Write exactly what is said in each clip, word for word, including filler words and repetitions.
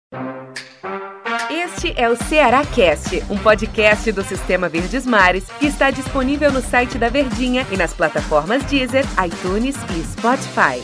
Este é o Ceará Cast, um podcast do Sistema Verdes Mares que está disponível no site da Verdinha e nas plataformas Deezer, iTunes e Spotify.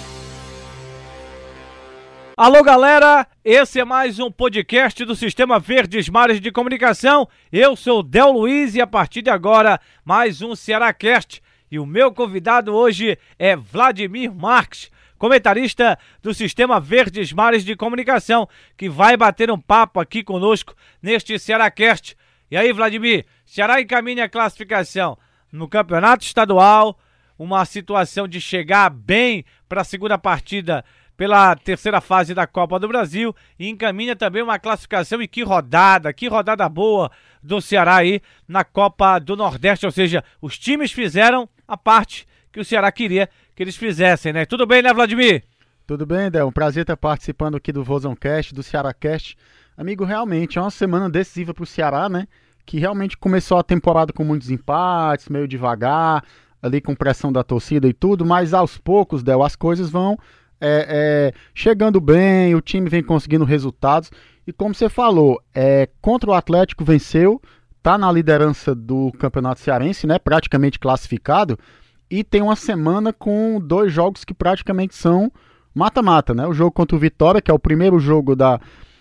Alô, galera! Esse é mais um podcast do Sistema Verdes Mares de Comunicação. Eu sou o Del Luiz e a partir de agora, mais um Ceará Cast. E o meu convidado hoje é Vladimir Marques, comentarista do Sistema Verdes Mares de Comunicação, que vai bater um papo aqui conosco neste Ceará Cast. E aí, Vladimir, Ceará encaminha a classificação no Campeonato Estadual, uma situação de chegar bem para a segunda partida pela terceira fase da Copa do Brasil e encaminha também uma classificação. E que rodada, que rodada boa do Ceará aí na Copa do Nordeste, ou seja, os times fizeram a parte que o Ceará queria que eles fizessem, né? Tudo bem, né, Vladimir? Tudo bem, Del. Um prazer estar participando aqui do VozãoCast, do CearáCast. Amigo, realmente é uma semana decisiva para o Ceará, né? Que realmente começou a temporada com muitos empates, meio devagar, ali com pressão da torcida e tudo, mas aos poucos, Del, as coisas vão é, é, chegando bem, o time vem conseguindo resultados. E como você falou, é, contra o Atlético venceu, tá na liderança do Campeonato Cearense, né? Praticamente classificado. E tem uma semana com dois jogos que praticamente são mata-mata, né? O jogo contra o Vitória, que é o primeiro jogo da,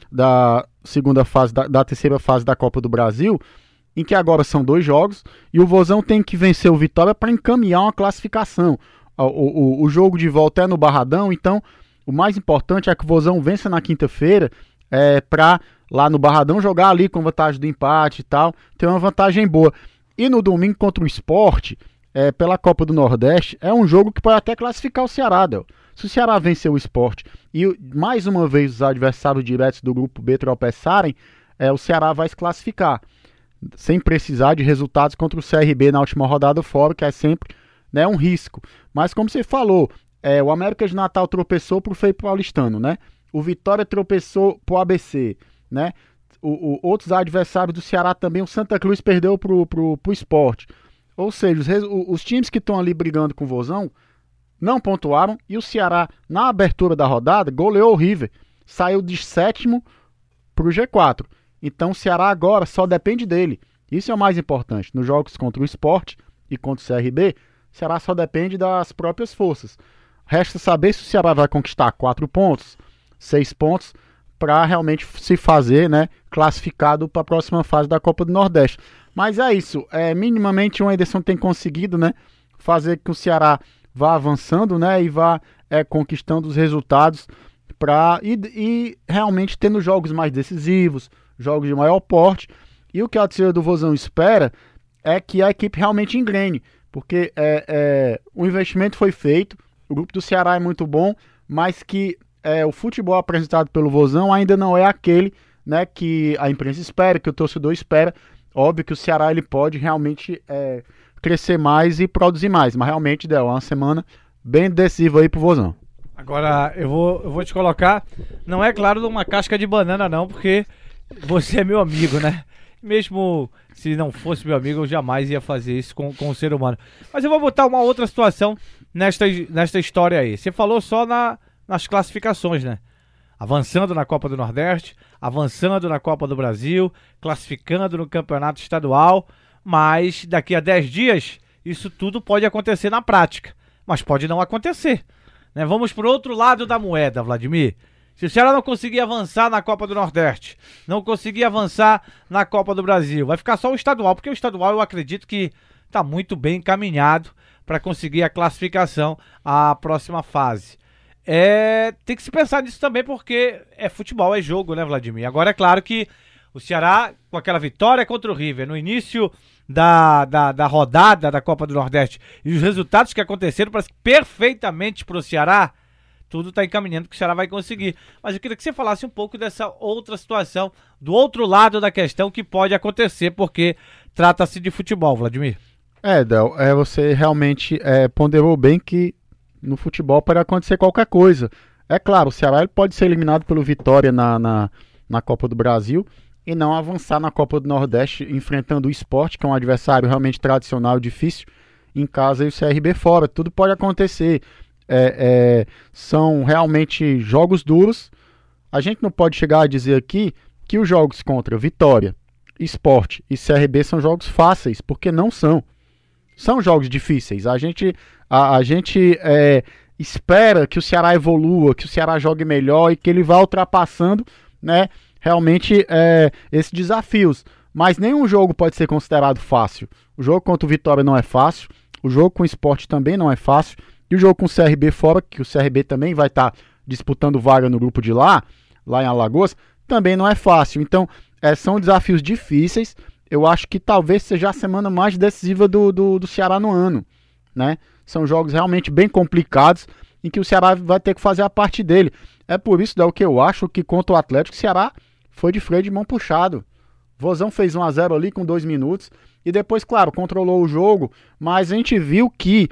da segunda fase, da, da terceira fase da Copa do Brasil, em que agora são dois jogos, e o Vozão tem que vencer o Vitória para encaminhar uma classificação. O, o, o jogo de volta é no Barradão, então o mais importante é que o Vozão vença na quinta-feira é, para lá no Barradão jogar ali com vantagem do empate e tal, ter uma vantagem boa. E no domingo contra o Sport, É, pela Copa do Nordeste, é um jogo que pode até classificar o Ceará, Del. Se o Ceará vencer o Sport e mais uma vez os adversários diretos do grupo B tropeçarem, é, o Ceará vai se classificar, sem precisar de resultados contra o C R B na última rodada fora, que é sempre, né, um risco. Mas como você falou, é, o América de Natal tropeçou pro Feio Paulistano, né? O Vitória tropeçou pro A B C, né? O, o, outros adversários do Ceará também, o Santa Cruz perdeu pro, pro, pro Sport. Ou seja, os, os times que estão ali brigando com o Vozão não pontuaram e o Ceará, na abertura da rodada, goleou o River. Saiu de sétimo para o G quatro. Então o Ceará agora só depende dele. Isso é o mais importante. Nos jogos contra o Sport e contra o C R B, o Ceará só depende das próprias forças. Resta saber se o Ceará vai conquistar quatro pontos, seis pontos, para realmente se fazer, né, classificado para a próxima fase da Copa do Nordeste. Mas é isso, é, minimamente o Anderson tem conseguido, né, fazer que o Ceará vá avançando, né, e vá é, conquistando os resultados pra, e, e realmente tendo jogos mais decisivos, jogos de maior porte. E o que a torcida do Vozão espera é que a equipe realmente engrene, porque é, é, o investimento foi feito, o grupo do Ceará é muito bom, mas que é, o futebol apresentado pelo Vozão ainda não é aquele, né, que a imprensa espera, que o torcedor espera. Óbvio que o Ceará ele pode realmente é, crescer mais e produzir mais, mas realmente deu uma semana bem decisiva aí pro Vozão. Agora eu vou, eu vou te colocar, não é claro numa casca de banana não, porque você é meu amigo, né? Mesmo se não fosse meu amigo, eu jamais ia fazer isso com, com o ser humano. Mas eu vou botar uma outra situação nesta, nesta história aí. Você falou só na, nas classificações, né? Avançando na Copa do Nordeste, avançando na Copa do Brasil, classificando no Campeonato Estadual, mas daqui a dez dias isso tudo pode acontecer na prática, mas pode não acontecer, né? Vamos para o outro lado da moeda, Vladimir. Se o Ceará não conseguir avançar na Copa do Nordeste, não conseguir avançar na Copa do Brasil, vai ficar só o estadual, porque o estadual eu acredito que está muito bem encaminhado para conseguir a classificação à próxima fase. É, tem que se pensar nisso também, porque é futebol, é jogo, né, Vladimir? Agora é claro que o Ceará, com aquela vitória contra o River no início da, da, da rodada da Copa do Nordeste e os resultados que aconteceram parece que perfeitamente para o Ceará, tudo está encaminhando que o Ceará vai conseguir. Mas eu queria que você falasse um pouco dessa outra situação, do outro lado da questão que pode acontecer, porque trata-se de futebol, Vladimir. É, Del, é, você realmente é, ponderou bem que no futebol pode acontecer qualquer coisa. É claro, o Ceará ele pode ser eliminado pelo Vitória na, na, na Copa do Brasil e não avançar na Copa do Nordeste enfrentando o Sport, que é um adversário realmente tradicional e difícil, em casa, e o C R B fora. Tudo pode acontecer. É, é, são realmente jogos duros. a gente não pode chegar a dizer aqui que os jogos contra Vitória, Sport e C R B são jogos fáceis, porque não são. São jogos difíceis. A gente, a, a gente é, espera que o Ceará evolua, que o Ceará jogue melhor e que ele vá ultrapassando, né, realmente é, esses desafios. Mas nenhum jogo pode ser considerado fácil. O jogo contra o Vitória não é fácil, o jogo com o Sport também não é fácil, e o jogo com o C R B fora, que o C R B também vai estar tá disputando vaga no grupo de lá, lá em Alagoas, também não é fácil. Então, é, são desafios difíceis. Eu acho que talvez seja a semana mais decisiva do, do, do Ceará no ano, né? São jogos realmente bem complicados, em que o Ceará vai ter que fazer a parte dele. É por isso, é o que eu acho, que contra o Atlético, o Ceará foi de freio de mão puxado. Vozão fez um a zero ali com dois minutos, e depois, claro, controlou o jogo, mas a gente viu que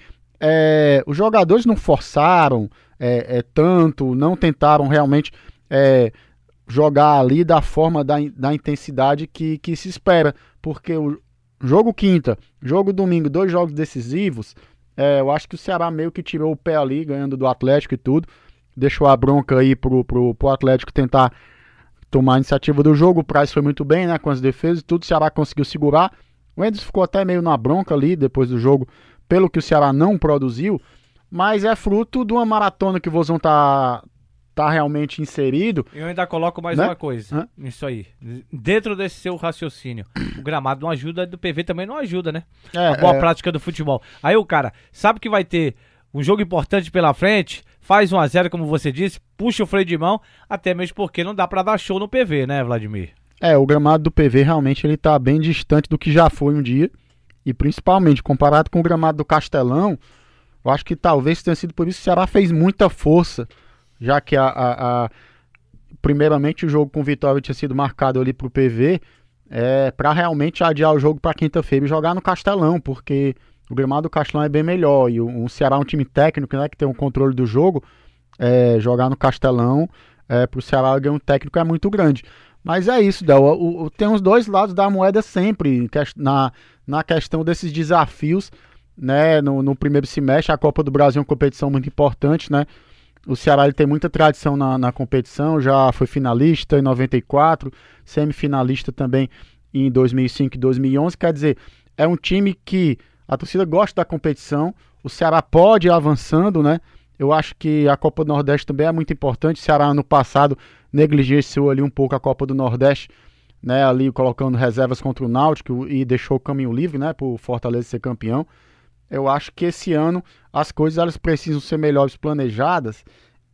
é, os jogadores não forçaram é, é, tanto, não tentaram realmente é, jogar ali da forma, da, da intensidade que, que se espera, porque o jogo quinta, jogo domingo, dois jogos decisivos, é, eu acho que o Ceará meio que tirou o pé ali, ganhando do Atlético e tudo, deixou a bronca aí pro, pro, pro Atlético tentar tomar a iniciativa do jogo. O Praz foi muito bem, né, com as defesas e tudo, o Ceará conseguiu segurar. O Enderson ficou até meio na bronca ali depois do jogo, pelo que o Ceará não produziu, mas é fruto de uma maratona que o Vozão tá, tá realmente inserido. Eu ainda coloco mais né? uma coisa Hã? nisso aí. Dentro desse seu raciocínio, o gramado não ajuda, do P V também não ajuda, né? É, a boa é... prática do futebol. Aí o cara sabe que vai ter um jogo importante pela frente, faz um a zero, como você disse, puxa o freio de mão, até mesmo porque não dá pra dar show no P V, né, Vladimir? É, o gramado do P V realmente ele tá bem distante do que já foi um dia, e principalmente comparado com o gramado do Castelão, eu acho que talvez tenha sido por isso que o Ceará fez muita força, já que a, a, a primeiramente o jogo com o Vitória tinha sido marcado ali pro P V, é, para realmente adiar o jogo para quinta-feira e jogar no Castelão, porque o gramado do Castelão é bem melhor, e o, o Ceará é um time técnico, né, que tem um controle do jogo, é, jogar no Castelão, é, pro Ceará ganhar um técnico é muito grande. Mas é isso, Del, o, o, tem os dois lados da moeda sempre, na, na questão desses desafios, né, no, no primeiro semestre. A Copa do Brasil é uma competição muito importante, né, o Ceará ele tem muita tradição na, na competição, já foi finalista em noventa e quatro, semifinalista também em dois mil e cinco e dois mil e onze, quer dizer, é um time que a torcida gosta da competição, o Ceará pode ir avançando, né, eu acho que a Copa do Nordeste também é muito importante. O Ceará ano passado negligenciou ali um pouco a Copa do Nordeste, né, ali colocando reservas contra o Náutico e deixou o caminho livre, né, para o Fortaleza ser campeão. Eu acho que esse ano as coisas elas precisam ser melhores planejadas,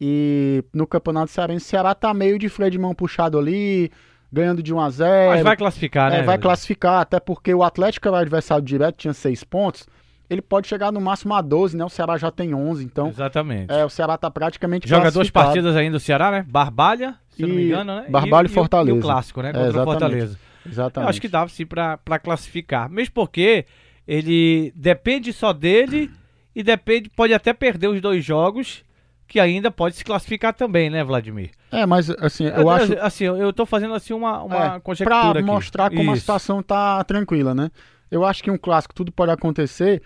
e no Campeonato Cearense o Ceará tá meio de freio de mão puxado ali, ganhando de um a zero. Mas vai classificar, né? É, vai classificar, até porque o Atlético era o adversário direto, tinha seis pontos. Ele pode chegar no máximo a doze, né? O Ceará já tem onze, então... Exatamente. É, o Ceará tá praticamente joga duas partidas ainda o Ceará, né? Barbalha, se e... eu não me engano, né? Barbalha e, e Fortaleza. E o clássico, né? Contra o é, Fortaleza. Exatamente. Eu acho que dava sim pra, pra classificar. Mesmo porque ele depende só dele e depende, pode até perder os dois jogos, que ainda pode se classificar também, né, Vladimir? É, mas assim, eu, eu acho... Assim, eu tô fazendo assim uma, uma é, conjectura pra aqui. mostrar como Isso. a situação tá tranquila, né? Eu acho que um clássico tudo pode acontecer.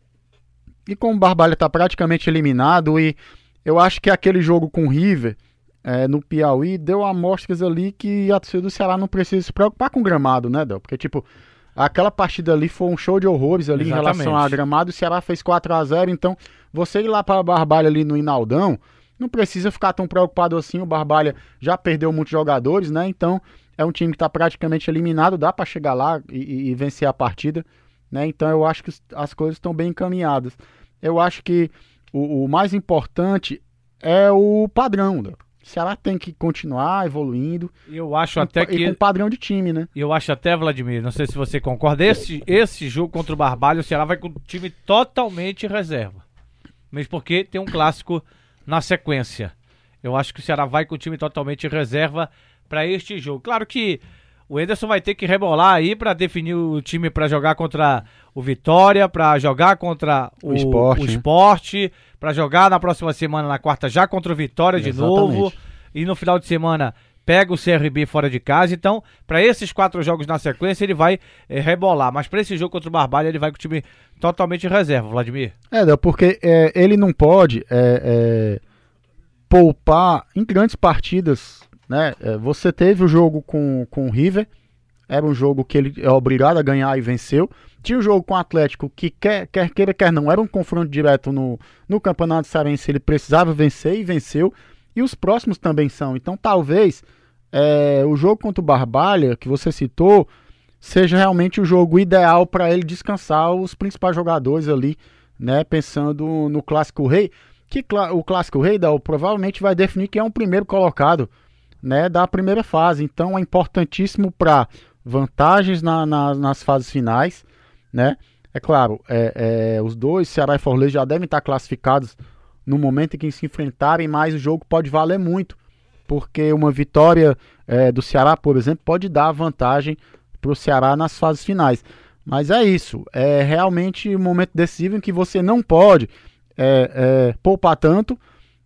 E como o Barbalha está praticamente eliminado, e eu acho que aquele jogo com o River, é, no Piauí, deu amostras ali que a torcida do Ceará não precisa se preocupar com o gramado, né, Del? Porque, tipo, aquela partida ali foi um show de horrores ali Exatamente. Em relação ao gramado, o Ceará fez quatro a zero, então você ir lá para Barbalha ali no Inaldão, não precisa ficar tão preocupado assim, o Barbalha já perdeu muitos jogadores, né, então é um time que está praticamente eliminado, dá para chegar lá e, e, e vencer a partida, né, então eu acho que as coisas estão bem encaminhadas. Eu acho que o, o mais importante é o padrão, né? O Ceará tem que continuar evoluindo. Eu acho até que... E com padrão de time, né? Eu acho até, Vladimir, não sei se você concorda, esse, esse jogo contra o Barbalha, o Ceará vai com o time totalmente reserva. Mesmo porque tem um clássico na sequência. Eu acho que o Ceará vai com o time totalmente reserva para este jogo. Claro que o Enderson vai ter que rebolar aí para definir o time para jogar contra o Vitória, para jogar contra o, o Sport, o Sport para jogar na próxima semana, na quarta, já contra o Vitória de Exatamente. Novo. E no final de semana pega o C R B fora de casa. Então, para esses quatro jogos na sequência, ele vai é, rebolar. Mas para esse jogo contra o Barbalha, ele vai com o time totalmente reserva, Vladimir. É, porque é, ele não pode é, é, poupar em grandes partidas né? Você teve o jogo com, com o River, era um jogo que ele é obrigado a ganhar e venceu. Tinha o jogo com o Atlético, que quer, quer queira, quer não, era um confronto direto no, no Campeonato Cearense, ele precisava vencer e venceu. E os próximos também são. Então talvez é, o jogo contra o Barbalha, que você citou, seja realmente o jogo ideal para ele descansar os principais jogadores ali, né? Pensando no Clássico Rei, que o Clássico Rei da, provavelmente vai definir quem é o primeiro colocado, né, da primeira fase. Então é importantíssimo para vantagens na, na, nas fases finais, né? É claro, é, é, os dois, Ceará e Fortaleza, já devem estar classificados no momento em que se enfrentarem, mas o jogo pode valer muito, porque uma vitória é, do Ceará, por exemplo, pode dar vantagem para o Ceará nas fases finais. Mas é isso, é realmente um momento decisivo em que você não pode é, é, poupar tanto,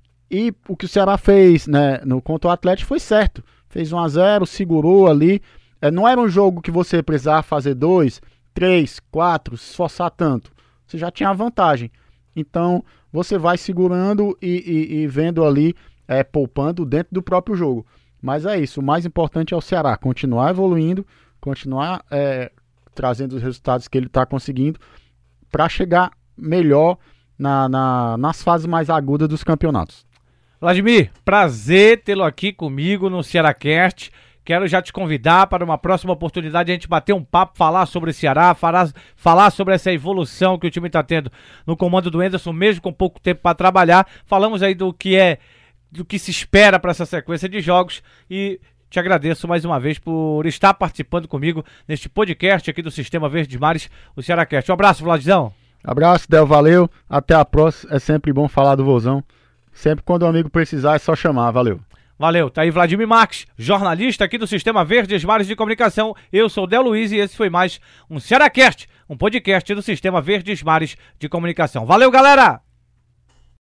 e o que o Ceará fez, né, no contra o Atlético foi certo, fez um a zero, segurou ali, é, não era um jogo que você precisava fazer dois, três, quatro, se esforçar tanto, você já tinha a vantagem, então você vai segurando e, e, e vendo ali, é, poupando dentro do próprio jogo. Mas é isso, o mais importante é o Ceará continuar evoluindo, continuar é, trazendo os resultados que ele está conseguindo para chegar melhor na, na, nas fases mais agudas dos campeonatos. Vladimir, prazer tê-lo aqui comigo no CearáCast. Quero já te convidar para uma próxima oportunidade a gente bater um papo, falar sobre o Ceará, falar, falar sobre essa evolução que o time está tendo no comando do Anderson, mesmo com pouco tempo para trabalhar. Falamos aí do que é, do que se espera para essa sequência de jogos e te agradeço mais uma vez por estar participando comigo neste podcast aqui do Sistema Verdes Mares, o CearáCast. Um abraço, Vladizão. Abraço, Del, valeu. Até a próxima. É sempre bom falar do Vozão. Sempre quando o amigo precisar é só chamar. Valeu. Valeu, tá aí Vladimir Marques, jornalista aqui do Sistema Verdes Mares de Comunicação. Eu sou o Del Luiz e esse foi mais um CearáCast, um podcast do Sistema Verdes Mares de Comunicação. Valeu, galera!